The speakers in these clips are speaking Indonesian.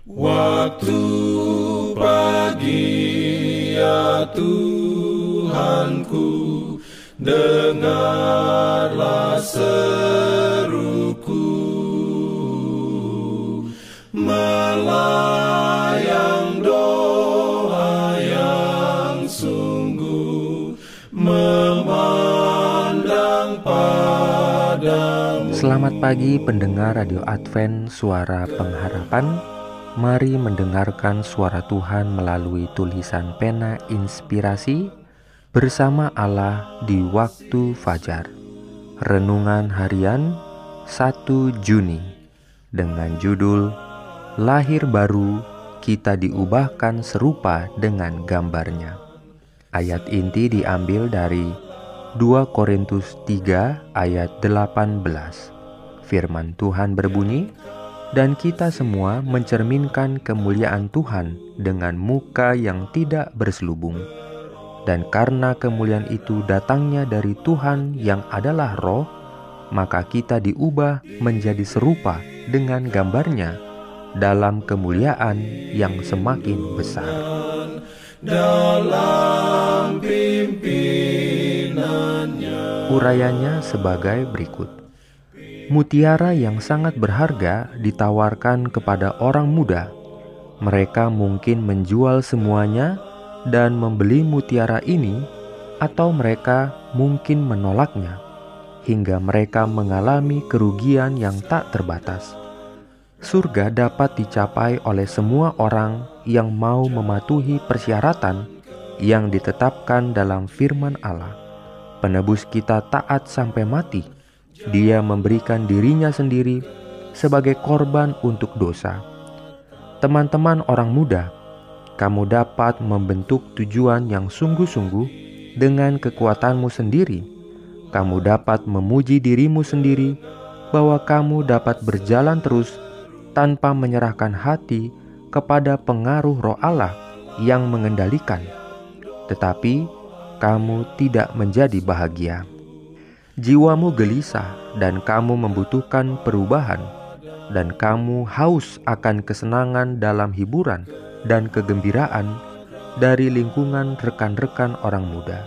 Waktu pagi ya Tuhanku, dengarlah seruku, melayang doa yang sungguh, memandang padamu. Selamat pagi pendengar Radio Advent Suara Pengharapan. Mari mendengarkan suara Tuhan melalui tulisan pena inspirasi bersama Allah di waktu fajar. Renungan harian 1 Juni dengan judul Lahir Baru, Kita Diubahkan Serupa dengan Gambarnya. Ayat inti diambil dari 2 Korintus 3 ayat 18. Firman Tuhan berbunyi, "Dan kita semua mencerminkan kemuliaan Tuhan dengan muka yang tidak berselubung. Dan karena kemuliaan itu datangnya dari Tuhan yang adalah Roh, maka kita diubah menjadi serupa dengan gambarnya dalam kemuliaan yang semakin besar." Dalam pimpinannya. Urayanya sebagai berikut. Mutiara yang sangat berharga ditawarkan kepada orang muda. Mereka mungkin menjual semuanya dan membeli mutiara ini, atau mereka mungkin menolaknya, hingga mereka mengalami kerugian yang tak terbatas. Surga dapat dicapai oleh semua orang yang mau mematuhi persyaratan yang ditetapkan dalam firman Allah. Penebus kita taat sampai mati. Dia memberikan dirinya sendiri sebagai korban untuk dosa. Teman-teman orang muda, kamu dapat membentuk tujuan yang sungguh-sungguh dengan kekuatanmu sendiri. Kamu dapat memuji dirimu sendiri bahwa kamu dapat berjalan terus tanpa menyerahkan hati kepada pengaruh Roh Allah yang mengendalikan. Tetapi kamu tidak menjadi bahagia. Jiwamu gelisah dan kamu membutuhkan perubahan, dan kamu haus akan kesenangan dalam hiburan dan kegembiraan dari lingkungan rekan-rekan orang muda.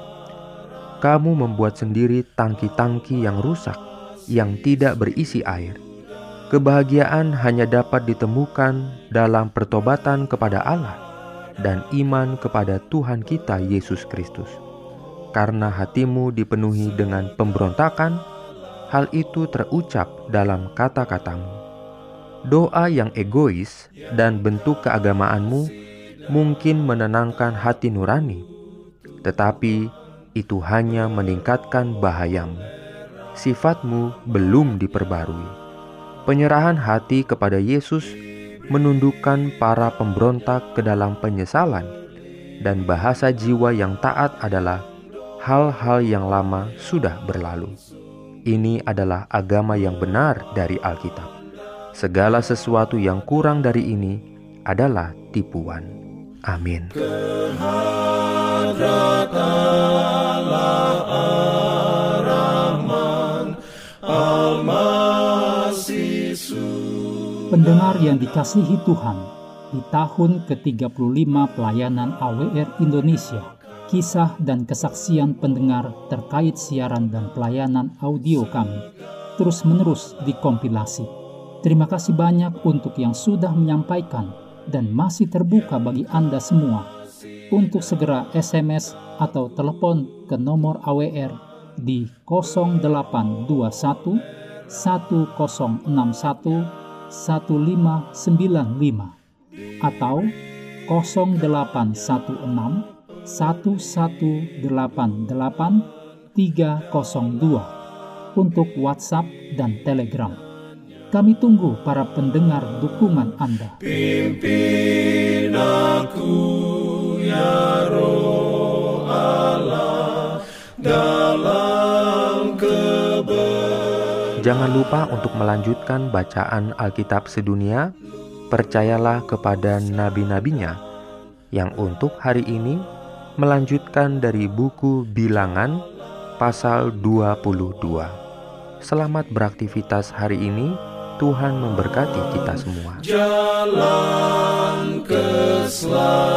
Kamu membuat sendiri tangki-tangki yang rusak, yang tidak berisi air. Kebahagiaan hanya dapat ditemukan dalam pertobatan kepada Allah dan iman kepada Tuhan kita Yesus Kristus. Karena hatimu dipenuhi dengan pemberontakan, hal itu terucap dalam kata-katamu. Doa yang egois dan bentuk keagamaanmu mungkin menenangkan hati nurani, tetapi itu hanya meningkatkan bahayamu. Sifatmu belum diperbarui. Penyerahan hati kepada Yesus menundukkan para pemberontak ke dalam penyesalan, dan bahasa jiwa yang taat adalah hal-hal yang lama sudah berlalu. Ini adalah agama yang benar dari Alkitab. Segala sesuatu yang kurang dari ini adalah tipuan. Amin. Pendengar yang dikasihi Tuhan, di tahun ke-35 pelayanan AWR Indonesia, kisah dan kesaksian pendengar terkait siaran dan pelayanan audio kami terus-menerus dikompilasi. Terima kasih banyak untuk yang sudah menyampaikan dan masih terbuka bagi Anda semua untuk segera SMS atau telepon ke nomor AWR di 0821 1061 1595 atau 0816 1188-302 untuk WhatsApp dan Telegram. Kami tunggu para pendengar dukungan Anda. Pimpin aku ya Roh Allah dalam kebenaran. Jangan lupa untuk melanjutkan bacaan Alkitab sedunia. Percayalah kepada nabi-nabinya yang untuk hari ini melanjutkan dari buku Bilangan pasal 22. Selamat beraktivitas hari ini. Tuhan memberkati kita semua. Jalan selalu